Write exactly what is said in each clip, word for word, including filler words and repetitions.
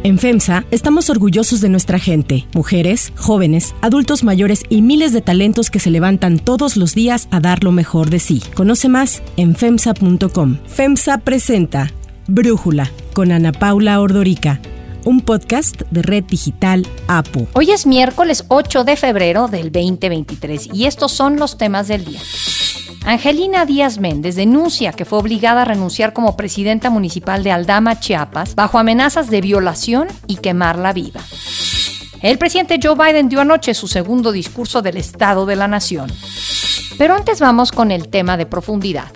En FEMSA estamos orgullosos de nuestra gente, mujeres, jóvenes, adultos mayores y miles de talentos que se levantan todos los días a dar lo mejor de sí. Conoce más en femsa punto com. FEMSA presenta Brújula con Ana Paula Ordorica, un podcast de Red Digital APU. Hoy es miércoles ocho de febrero del veinte veintitrés y estos son los temas del día. Angelina Díaz Méndez denuncia que fue obligada a renunciar como presidenta municipal de Aldama, Chiapas, bajo amenazas de violación y quemarla viva. El presidente Joe Biden dio anoche su segundo discurso del Estado de la Nación. Pero antes vamos con el tema de profundidad.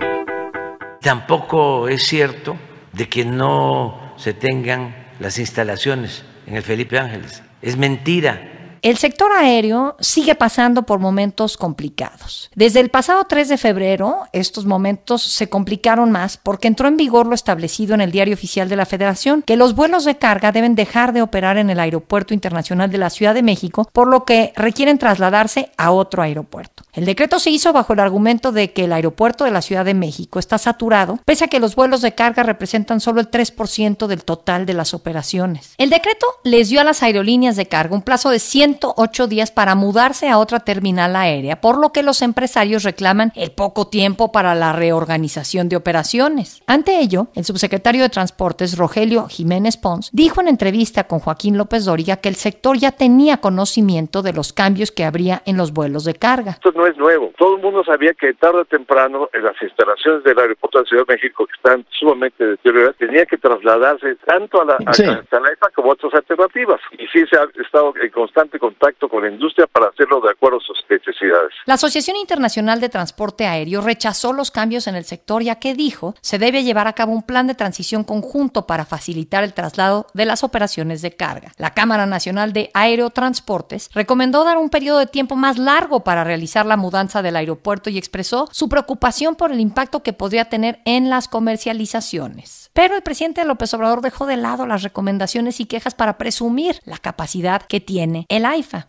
Tampoco es cierto de que no se tengan las instalaciones en el Felipe Ángeles. Es mentira. El sector aéreo sigue pasando por momentos complicados. Desde el pasado tres de febrero, estos momentos se complicaron más porque entró en vigor lo establecido en el Diario Oficial de la Federación, que los vuelos de carga deben dejar de operar en el Aeropuerto Internacional de la Ciudad de México, por lo que requieren trasladarse a otro aeropuerto. El decreto se hizo bajo el argumento de que el aeropuerto de la Ciudad de México está saturado, pese a que los vuelos de carga representan solo el tres por ciento del total de las operaciones. El decreto les dio a las aerolíneas de carga un plazo de ciento ocho días para mudarse a otra terminal aérea, por lo que los empresarios reclaman el poco tiempo para la reorganización de operaciones. Ante ello, el subsecretario de Transportes, Rogelio Jiménez Pons, dijo en entrevista con Joaquín López Dóriga que el sector ya tenía conocimiento de los cambios que habría en los vuelos de carga. Esto no es nuevo. Todo el mundo sabía que tarde o temprano en las instalaciones del aeropuerto de la Ciudad de México, que están sumamente deterioradas, tenía que trasladarse tanto a la, a, sí. a, a la E F A como a otras alternativas. Y sí se ha estado en constante contacto con la industria para hacerlo de acuerdo a sus necesidades. La Asociación Internacional de Transporte Aéreo rechazó los cambios en el sector, ya que dijo se debe llevar a cabo un plan de transición conjunto para facilitar el traslado de las operaciones de carga. La Cámara Nacional de Aerotransportes recomendó dar un periodo de tiempo más largo para realizar la mudanza del aeropuerto y expresó su preocupación por el impacto que podría tener en las comercializaciones. Pero el presidente López Obrador dejó de lado las recomendaciones y quejas para presumir la capacidad que tiene el AIFA.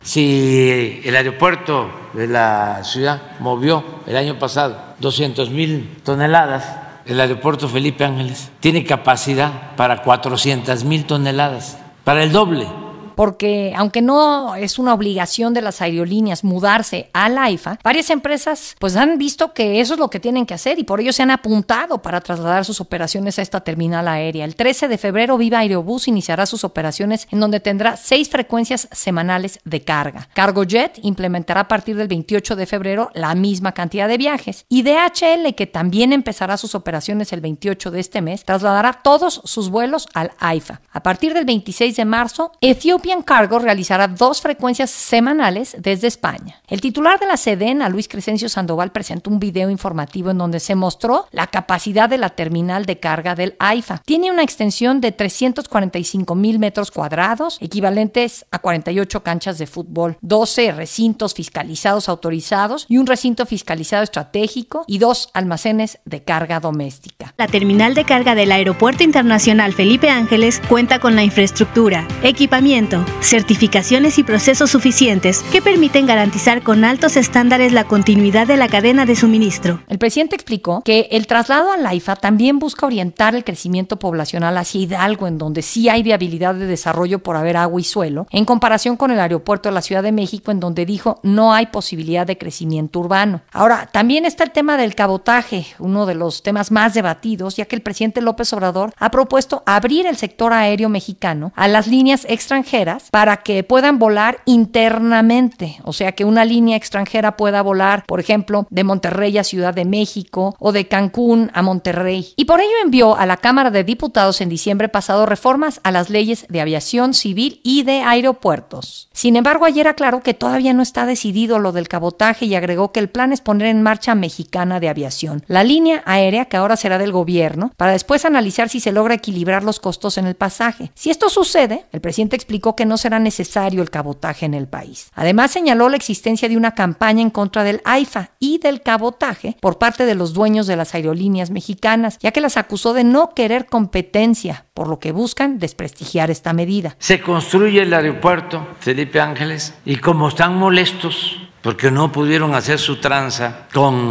Si el aeropuerto de la ciudad movió el año pasado doscientas mil toneladas, el aeropuerto Felipe Ángeles tiene capacidad para cuatrocientas mil toneladas, para el doble. Porque aunque no es una obligación de las aerolíneas mudarse al AIFA, varias empresas pues han visto que eso es lo que tienen que hacer y por ello se han apuntado para trasladar sus operaciones a esta terminal aérea. El trece de febrero Viva Aerobús iniciará sus operaciones en donde tendrá seis frecuencias semanales de carga. Cargojet implementará a partir del veintiocho de febrero la misma cantidad de viajes y D H L, que también empezará sus operaciones el veintiocho de este mes, trasladará todos sus vuelos al AIFA. A partir del veintiséis de marzo, Ethiopian Cargo realizará dos frecuencias semanales desde España. El titular de la SEDENA, Luis Crescencio Sandoval, presentó un video informativo en donde se mostró la capacidad de la terminal de carga del AIFA. Tiene una extensión de trescientos cuarenta y cinco mil metros cuadrados, equivalentes a cuarenta y ocho canchas de fútbol, doce recintos fiscalizados autorizados y un recinto fiscalizado estratégico y dos almacenes de carga doméstica. La terminal de carga del Aeropuerto Internacional Felipe Ángeles cuenta con la infraestructura, equipamiento, certificaciones y procesos suficientes que permiten garantizar con altos estándares la continuidad de la cadena de suministro. El presidente explicó que el traslado al AIFA también busca orientar el crecimiento poblacional hacia Hidalgo, en donde sí hay viabilidad de desarrollo por haber agua y suelo, en comparación con el aeropuerto de la Ciudad de México, en donde dijo no hay posibilidad de crecimiento urbano. Ahora, también está el tema del cabotaje, uno de los temas más debatidos, ya que el presidente López Obrador ha propuesto abrir el sector aéreo mexicano a las líneas extranjeras para que puedan volar internamente, o sea que una línea extranjera pueda volar, por ejemplo, de Monterrey a Ciudad de México o de Cancún a Monterrey. Y por ello envió a la Cámara de Diputados en diciembre pasado reformas a las leyes de aviación civil y de aeropuertos. Sin embargo, ayer aclaró que todavía no está decidido lo del cabotaje y agregó que el plan es poner en marcha Mexicana de Aviación, la línea aérea que ahora será del gobierno, para después analizar si se logra equilibrar los costos en el pasaje. Si esto sucede, el presidente explicó que no será necesario el cabotaje en el país. Además, señaló la existencia de una campaña en contra del AIFA y del cabotaje por parte de los dueños de las aerolíneas mexicanas, ya que las acusó de no querer competencia, por lo que buscan desprestigiar esta medida. Se construye el aeropuerto Felipe Ángeles y como están molestos porque no pudieron hacer su tranza con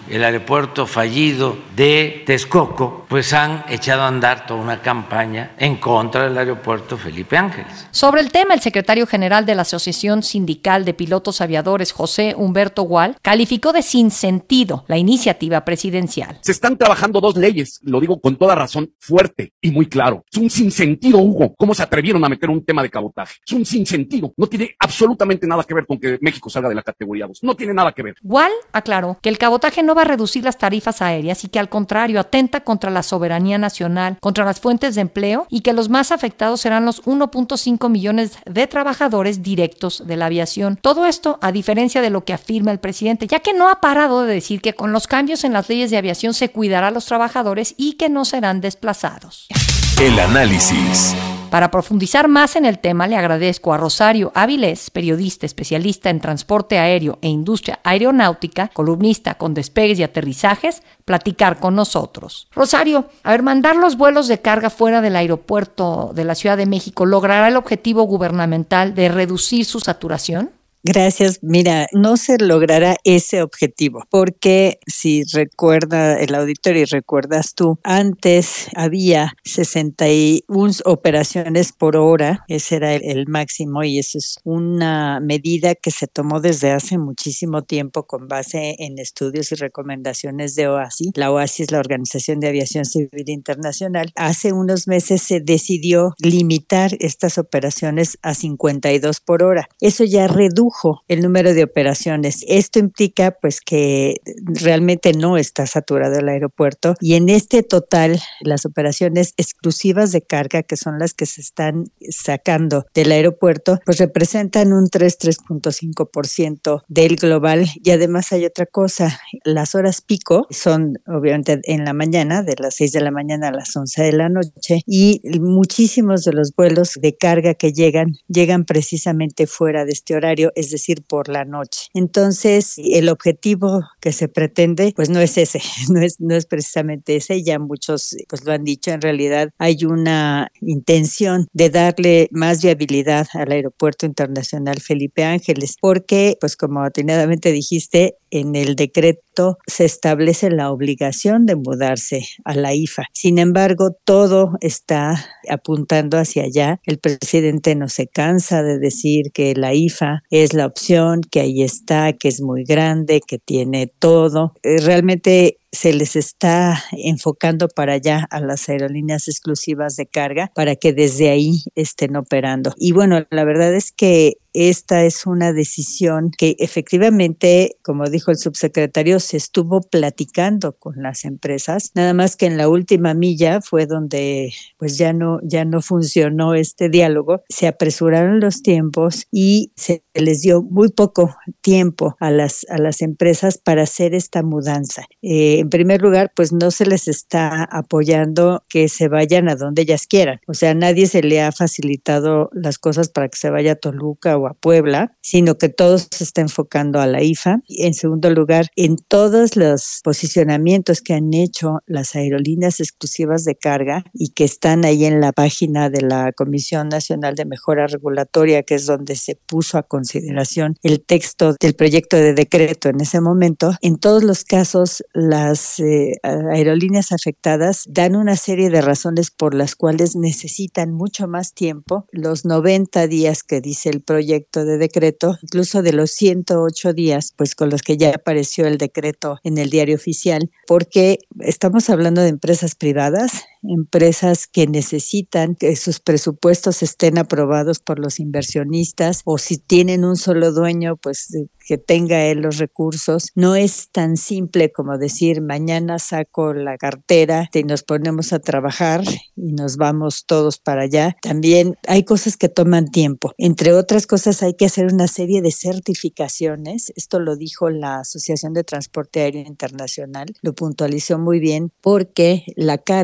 el aeropuerto fallido de Texcoco, pues han echado a andar toda una campaña en contra del aeropuerto Felipe Ángeles. Sobre el tema, el secretario general de la Asociación Sindical de Pilotos Aviadores, José Humberto Gual, calificó de sinsentido la iniciativa presidencial. Se están trabajando dos leyes, lo digo con toda razón, fuerte y muy claro. Es un sinsentido, Hugo. ¿Cómo se atrevieron a meter un tema de cabotaje? Es un sinsentido. No tiene absolutamente nada que ver con que México salga de la categoría dos. No tiene nada que ver. Gual aclaró que el cabotaje no va a reducir las tarifas aéreas y que al contrario atenta contra la soberanía nacional, contra las fuentes de empleo y que los más afectados serán los uno punto cinco millones de trabajadores directos de la aviación. Todo esto a diferencia de lo que afirma el presidente, ya que no ha parado de decir que con los cambios en las leyes de aviación se cuidará a los trabajadores y que no serán desplazados. El análisis. Para profundizar más en el tema, le agradezco a Rosario Avilés, periodista especialista en transporte aéreo e industria aeronáutica, columnista con despegues y aterrizajes, platicar con nosotros. Rosario, a ver, mandar los vuelos de carga fuera del aeropuerto de la Ciudad de México, ¿logrará el objetivo gubernamental de reducir su saturación? Gracias. Mira, no se logrará ese objetivo porque si recuerda el auditorio y recuerdas tú, antes había sesenta y una operaciones por hora, ese era el, el máximo y eso es una medida que se tomó desde hace muchísimo tiempo con base en estudios y recomendaciones de OASI. La OASI es la Organización de Aviación Civil Internacional. Hace unos meses se decidió limitar estas operaciones a cincuenta y dos por hora. Eso ya redujo el número de operaciones. Esto implica pues que realmente no está saturado el aeropuerto y en este total las operaciones exclusivas de carga, que son las que se están sacando del aeropuerto, pues representan un tres punto cinco por ciento del global. Y además hay otra cosa, las horas pico son obviamente en la mañana, de las seis de la mañana a las once de la noche, y muchísimos de los vuelos de carga que llegan, llegan precisamente fuera de este horario, es decir, por la noche. Entonces, el objetivo que se pretende, pues no es ese, no es, no es precisamente ese, ya muchos pues lo han dicho, en realidad hay una intención de darle más viabilidad al Aeropuerto Internacional Felipe Ángeles, porque, pues como atinadamente dijiste, en el decreto se establece la obligación de mudarse a la I F A. Sin embargo, todo está apuntando hacia allá. El presidente no se cansa de decir que la I F A es la opción, que ahí está, que es muy grande, que tiene todo. Eh, realmente se les está enfocando para allá a las aerolíneas exclusivas de carga para que desde ahí estén operando. Y bueno, la verdad es que esta es una decisión que efectivamente, como dijo el subsecretario, se estuvo platicando con las empresas, nada más que en la última milla fue donde pues ya no, ya no funcionó este diálogo, se apresuraron los tiempos y se les dio muy poco tiempo a las, a las empresas para hacer esta mudanza. Eh, en primer lugar, pues no se les está apoyando que se vayan a donde ellas quieran, o sea, nadie se le ha facilitado las cosas para que se vaya a Toluca o a Puebla, sino que todo se está enfocando a la I F A. Y en segundo lugar, en todos los posicionamientos que han hecho las aerolíneas exclusivas de carga y que están ahí en la página de la Comisión Nacional de Mejora Regulatoria, que es donde se puso a consideración el texto del proyecto de decreto en ese momento, en todos los casos las eh, aerolíneas afectadas dan una serie de razones por las cuales necesitan mucho más tiempo, los noventa días que dice el proyecto de decreto, incluso de los ciento ocho días, pues con los que ya apareció el decreto en el diario oficial, porque estamos hablando de empresas privadas, empresas que necesitan que sus presupuestos estén aprobados por los inversionistas, o si tienen un solo dueño, pues que tenga él los recursos. No es tan simple como decir mañana saco la cartera y nos ponemos a trabajar y nos vamos todos para allá. También hay cosas que toman tiempo. Entre otras cosas hay que hacer una serie de certificaciones. Esto lo dijo la Asociación de Transporte Aéreo Internacional, lo puntualizó muy bien, porque la carga llega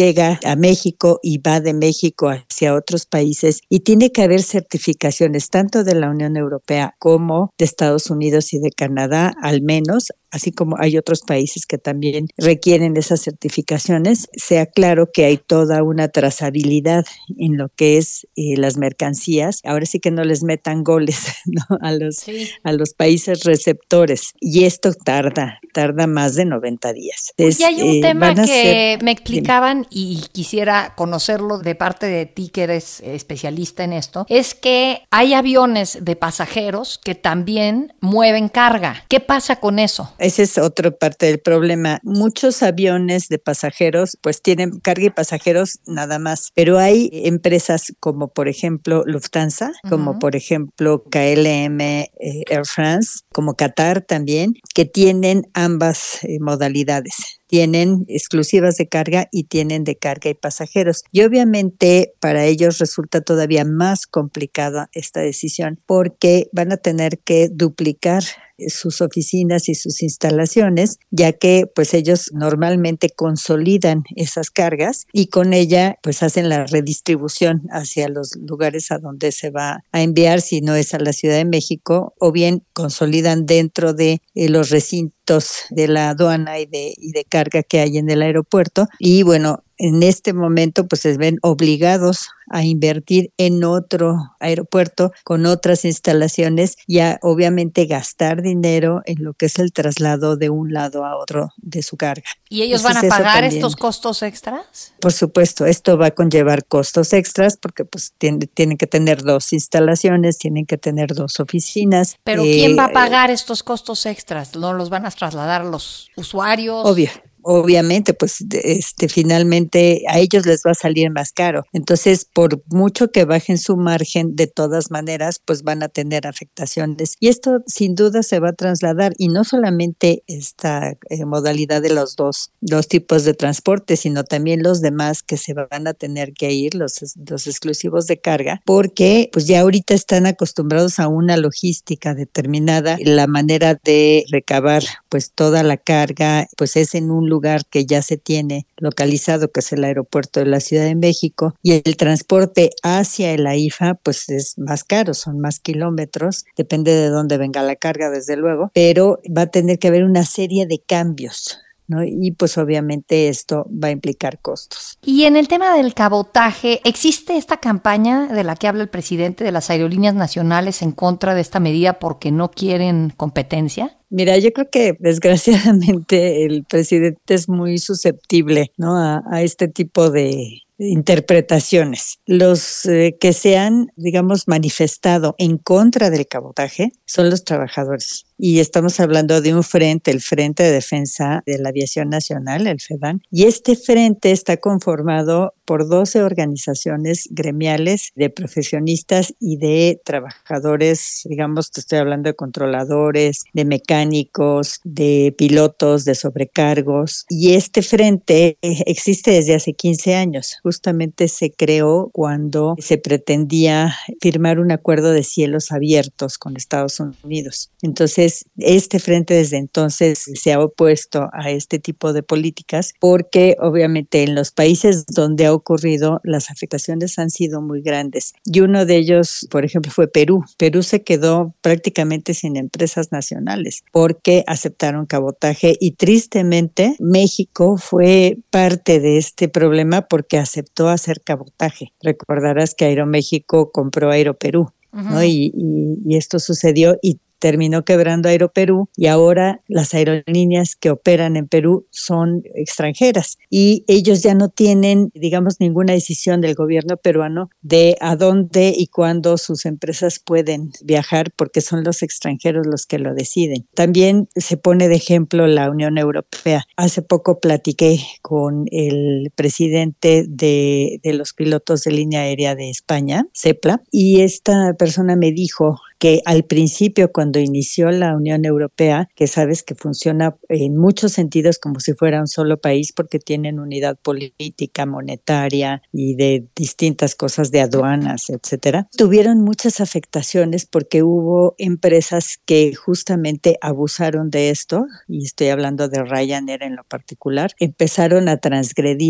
llega a México y va de México hacia otros países, y tiene que haber certificaciones tanto de la Unión Europea como de Estados Unidos y de Canadá, al menos, así como hay otros países que también requieren esas certificaciones. Sea claro que hay toda una trazabilidad en lo que es eh, las mercancías. Ahora sí que no les metan goles, ¿no? a los sí. a los países receptores, y esto tarda, tarda más de noventa días. Entonces, y hay un eh, tema que ser, me explicaban y quisiera conocerlo de parte de ti, que eres especialista en esto, es que hay aviones de pasajeros que también mueven carga. ¿Qué pasa con eso? Esa es otra parte del problema. Muchos aviones de pasajeros pues tienen carga y pasajeros nada más, pero hay empresas como por ejemplo Lufthansa, uh-huh. como por ejemplo K L M eh, Air France, como Qatar también, que tienen ambas eh, modalidades. Tienen exclusivas de carga y tienen de carga y pasajeros. Y obviamente para ellos resulta todavía más complicada esta decisión porque van a tener que duplicar sus oficinas y sus instalaciones, ya que pues ellos normalmente consolidan esas cargas y con ella pues hacen la redistribución hacia los lugares a donde se va a enviar, si no es a la Ciudad de México, o bien consolidan dentro de eh, los recintos de la aduana y de, y de carga que hay en el aeropuerto. Y bueno, en este momento pues se ven obligados a invertir en otro aeropuerto con otras instalaciones y a obviamente gastar dinero en lo que es el traslado de un lado a otro de su carga. ¿Y ellos Entonces, van a pagar estos costos extras? Por supuesto, esto va a conllevar costos extras porque pues tienen, tienen que tener dos instalaciones, tienen que tener dos oficinas. ¿Pero eh, quién va a pagar estos costos extras? ¿No los van a trasladar los usuarios? Obvio. Obviamente, pues este finalmente a ellos les va a salir más caro. Entonces, por mucho que bajen su margen, de todas maneras, pues van a tener afectaciones. Y esto sin duda se va a trasladar, y no solamente esta eh, modalidad de los dos, dos tipos de transporte, sino también los demás que se van a tener que ir, los, los exclusivos de carga, porque pues ya ahorita están acostumbrados a una logística determinada. La manera de recabar pues toda la carga pues es en un lugar lugar que ya se tiene localizado, que es el aeropuerto de la Ciudad de México, y el transporte hacia el A I F A pues es más caro, son más kilómetros, depende de dónde venga la carga desde luego, pero va a tener que haber una serie de cambios, ¿no? Y pues obviamente esto va a implicar costos. Y en el tema del cabotaje, ¿existe esta campaña de la que habla el presidente de las aerolíneas nacionales en contra de esta medida porque no quieren competencia? Mira, yo creo que desgraciadamente el presidente es muy susceptible, ¿no? a, a este tipo de interpretaciones. Los eh, que se han, digamos, manifestado en contra del cabotaje son los trabajadores. Y estamos hablando de un frente, el Frente de Defensa de la Aviación Nacional, el FEDAN. Y este frente está conformado por doce organizaciones gremiales de profesionistas y de trabajadores, digamos, te estoy hablando de controladores, de mecánicos, de pilotos, de sobrecargos. Y este frente existe desde hace quince años. Justamente se creó cuando se pretendía firmar un acuerdo de cielos abiertos con Estados Unidos. Entonces, este frente desde entonces se ha opuesto a este tipo de políticas porque obviamente en los países donde ha ocurrido las afectaciones han sido muy grandes. Y uno de ellos, por ejemplo, fue Perú. Perú se quedó prácticamente sin empresas nacionales porque aceptaron cabotaje y tristemente México fue parte de este problema porque aceptó hacer cabotaje. Recordarás que Aeroméxico compró Aeroperú, ¿no? Y, y, y esto sucedió y terminó quebrando Aeroperú y ahora las aerolíneas que operan en Perú son extranjeras y ellos ya no tienen, digamos, ninguna decisión del gobierno peruano de a dónde y cuándo sus empresas pueden viajar porque son los extranjeros los que lo deciden. También se pone de ejemplo la Unión Europea. Hace poco platiqué con el presidente de, de los pilotos de línea aérea de España, CEPLA, y esta persona me dijo que al principio cuando inició la Unión Europea, que sabes que funciona en muchos sentidos como si fuera un solo país porque tienen unidad política, monetaria y de distintas cosas de aduanas, etcétera, tuvieron muchas afectaciones porque hubo empresas que justamente abusaron de esto, y estoy hablando de Ryanair en lo particular, empezaron a transgredir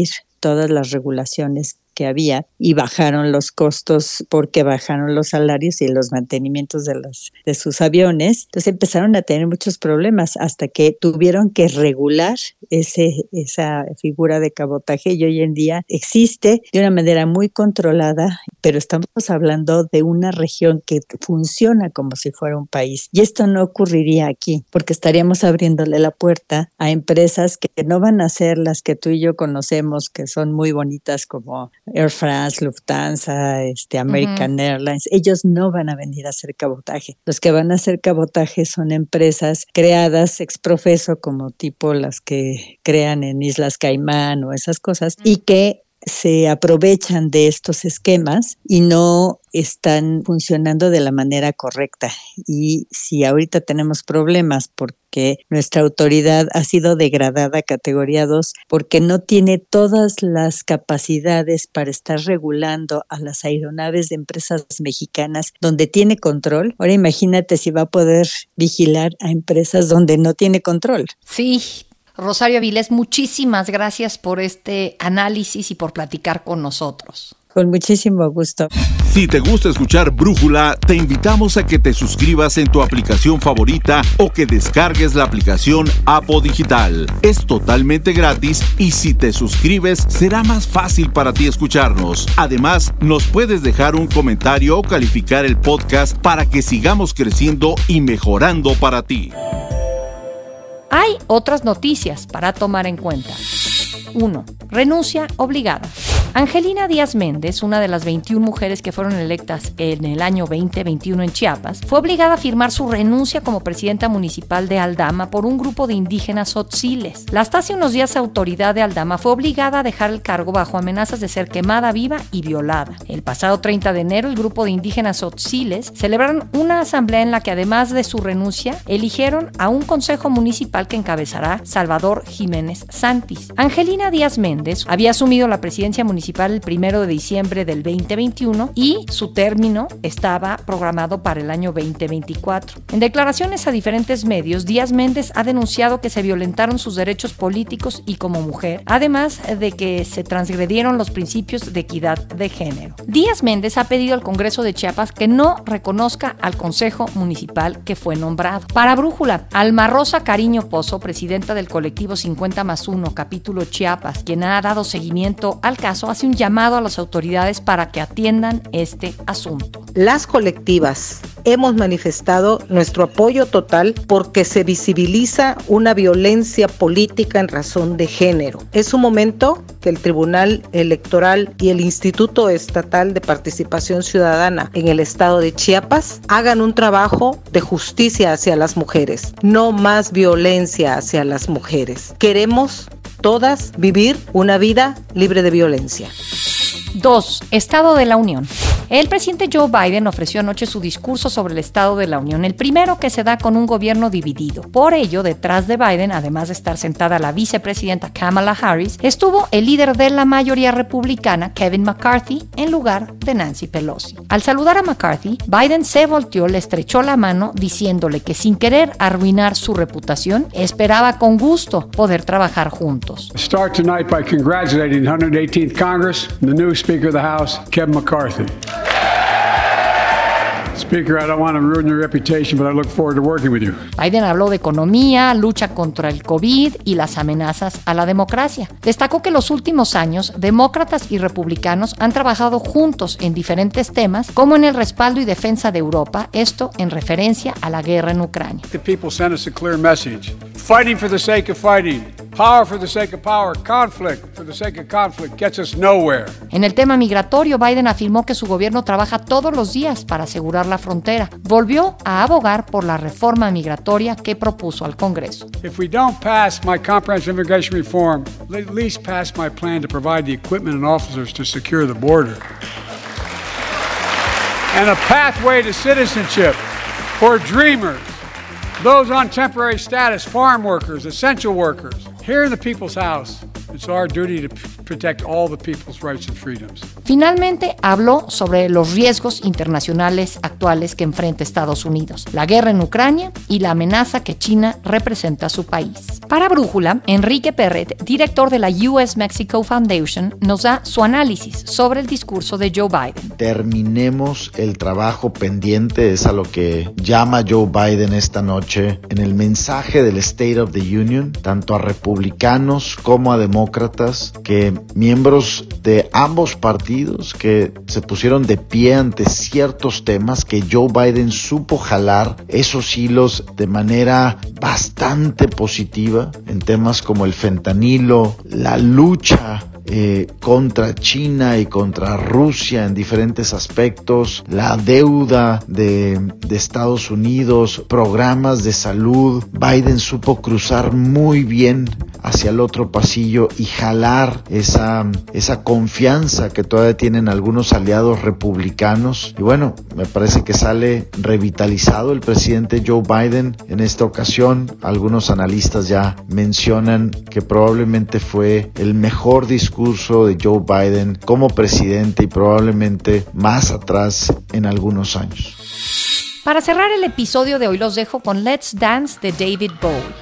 todas las regulaciones que había y bajaron los costos porque bajaron los salarios y los mantenimientos de, los, de sus aviones. Entonces empezaron a tener muchos problemas hasta que tuvieron que regular ese, esa figura de cabotaje y hoy en día existe de una manera muy controlada, pero estamos hablando de una región que funciona como si fuera un país y esto no ocurriría aquí porque estaríamos abriéndole la puerta a empresas que no van a ser las que tú y yo conocemos, que son muy bonitas como Air France, Lufthansa, este, American uh-huh. Airlines. Ellos no van a venir a hacer cabotaje. Los que van a hacer cabotaje son empresas creadas ex profeso, como tipo las que crean en Islas Caimán o esas cosas, y que se aprovechan de estos esquemas y no están funcionando de la manera correcta. Y si ahorita tenemos problemas porque nuestra autoridad ha sido degradada a categoría dos, porque no tiene todas las capacidades para estar regulando a las aeronaves de empresas mexicanas donde tiene control, ahora imagínate si va a poder vigilar a empresas donde no tiene control. Sí. Rosario Avilés, muchísimas gracias por este análisis y por platicar con nosotros. Con muchísimo gusto. Si te gusta escuchar Brújula, te invitamos a que te suscribas en tu aplicación favorita o que descargues la aplicación Apo Digital. Es totalmente gratis y si te suscribes será más fácil para ti escucharnos. Además, nos puedes dejar un comentario o calificar el podcast para que sigamos creciendo y mejorando para ti. Hay otras noticias para tomar en cuenta. uno. Renuncia obligada. Angelina Díaz Méndez, una de las veintiuna mujeres que fueron electas en el año veinte veintiuno en Chiapas, fue obligada a firmar su renuncia como presidenta municipal de Aldama por un grupo de indígenas tzotziles. La hasta hace unos días autoridad de Aldama fue obligada a dejar el cargo bajo amenazas de ser quemada viva y violada. El pasado treinta de enero, el grupo de indígenas tzotziles celebraron una asamblea en la que, además de su renuncia, eligieron a un consejo municipal que encabezará Salvador Jiménez Santis. Angelina Díaz Méndez había asumido la presidencia municipal el primero de diciembre del veinte veintiuno y su término estaba programado para el año veinte veinticuatro. En declaraciones a diferentes medios, Díaz Méndez ha denunciado que se violentaron sus derechos políticos y como mujer, además de que se transgredieron los principios de equidad de género. Díaz Méndez ha pedido al Congreso de Chiapas que no reconozca al Consejo Municipal que fue nombrado. Para Brújula, Alma Rosa Cariño Pozo, presidenta del colectivo cincuenta más uno, capítulo Chiapas, quien ha dado seguimiento al caso, hace un llamado a las autoridades para que atiendan este asunto. Las colectivas hemos manifestado nuestro apoyo total porque se visibiliza una violencia política en razón de género. Es un momento que el Tribunal Electoral y el Instituto Estatal de Participación Ciudadana en el estado de Chiapas hagan un trabajo de justicia hacia las mujeres. No más violencia hacia las mujeres. Queremos todas vivir una vida libre de violencia. dos. Estado de la Unión. El presidente Joe Biden ofreció anoche su discurso sobre el Estado de la Unión, el primero que se da con un gobierno dividido. Por ello, detrás de Biden, además de estar sentada la vicepresidenta Kamala Harris, estuvo el líder de la mayoría republicana, Kevin McCarthy, en lugar de Nancy Pelosi. Al saludar a McCarthy, Biden se volteó, le estrechó la mano, diciéndole que sin querer arruinar su reputación, esperaba con gusto poder trabajar juntos. Start tonight by congratulating the one hundred eighteenth Congress and the new Speaker of the House, Kevin McCarthy. Speaker, I don't want to ruin your reputation, but I look forward to working with you. Biden habló de economía, lucha contra el COVID y las amenazas a la democracia. Destacó que en los últimos años, demócratas y republicanos han trabajado juntos en diferentes temas, como en el respaldo y defensa de Europa, esto en referencia a la guerra en Ucrania. The people sent us a clear message. Fighting for the sake of fighting. Power for the sake of power, conflict for the sake of conflict gets us nowhere. En el tema migratorio, Biden afirmó que su gobierno trabaja todos los días para asegurar la frontera. Volvió a abogar por la reforma migratoria que propuso al Congreso. If we don't pass my comprehensive immigration reform, at least pass my plan to provide the equipment and officers to secure the border. And a pathway to citizenship for dreamers, those on temporary status, farm workers, essential workers. Here in the People's House, it's our duty to p- protect all the people's rights and freedoms. Finalmente, habló sobre los riesgos internacionales actuales que enfrenta Estados Unidos, la guerra en Ucrania y la amenaza que China representa a su país. Para Brújula, Enrique Perret, director de la U S Mexico Foundation, nos da su análisis sobre el discurso de Joe Biden. Terminemos el trabajo pendiente, es a lo que llama Joe Biden esta noche en el mensaje del State of the Union, tanto a republicanos como a demócratas, que miembros de ambos partidos que se pusieron de pie ante ciertos temas, que Joe Biden supo jalar esos hilos de manera bastante positiva en temas como el fentanilo, la lucha Eh, contra China y contra Rusia en diferentes aspectos, la deuda de, de Estados Unidos, programas de salud. Biden supo cruzar muy bien hacia el otro pasillo y jalar esa, esa confianza que todavía tienen algunos aliados republicanos. Y bueno, me parece que sale revitalizado el presidente Joe Biden en esta ocasión. Algunos analistas ya mencionan que probablemente fue el mejor discurso de Joe Biden como presidente y probablemente más atrás en algunos años. Para cerrar el episodio de hoy los dejo con Let's Dance de David Bowie.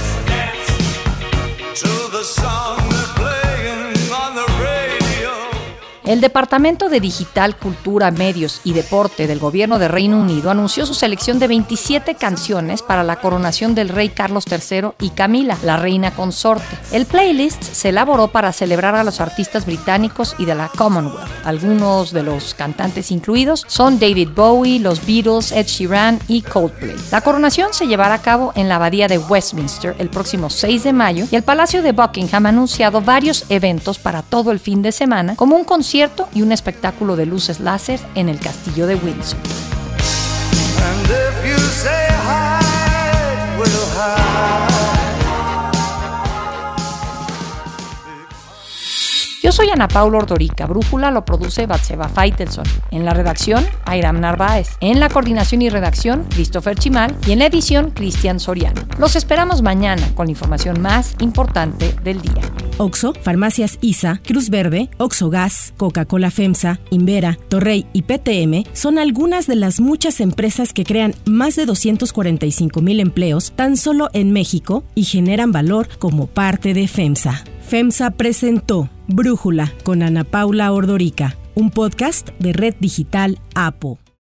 El Departamento de Digital, Cultura, Medios y Deporte del Gobierno de Reino Unido anunció su selección de veintisiete canciones para la coronación del rey Carlos tercero y Camila, la reina consorte. El playlist se elaboró para celebrar a los artistas británicos y de la Commonwealth. Algunos de los cantantes incluidos son David Bowie, los Beatles, Ed Sheeran y Coldplay. La coronación se llevará a cabo en la Abadía de Westminster el próximo seis de mayo y el Palacio de Buckingham ha anunciado varios eventos para todo el fin de semana, como un concierto y un espectáculo de luces láser en el Castillo de Windsor. And if you say hide, we'll hide. Yo soy Ana Paula Ordorica. Brújula lo produce Batseba Faitelson. En la redacción, Airam Narváez. En la coordinación y redacción, Christopher Chimal. Y en la edición, Cristian Soriano. Los esperamos mañana con la información más importante del día. Oxxo, Farmacias I S A, Cruz Verde, Oxxo Gas, Coca-Cola FEMSA, Invera, Torrey y P T M son algunas de las muchas empresas que crean más de doscientos cuarenta y cinco mil empleos tan solo en México y generan valor como parte de FEMSA. FEMSA presentó Brújula con Ana Paula Ordorica, un podcast de Red Digital APO.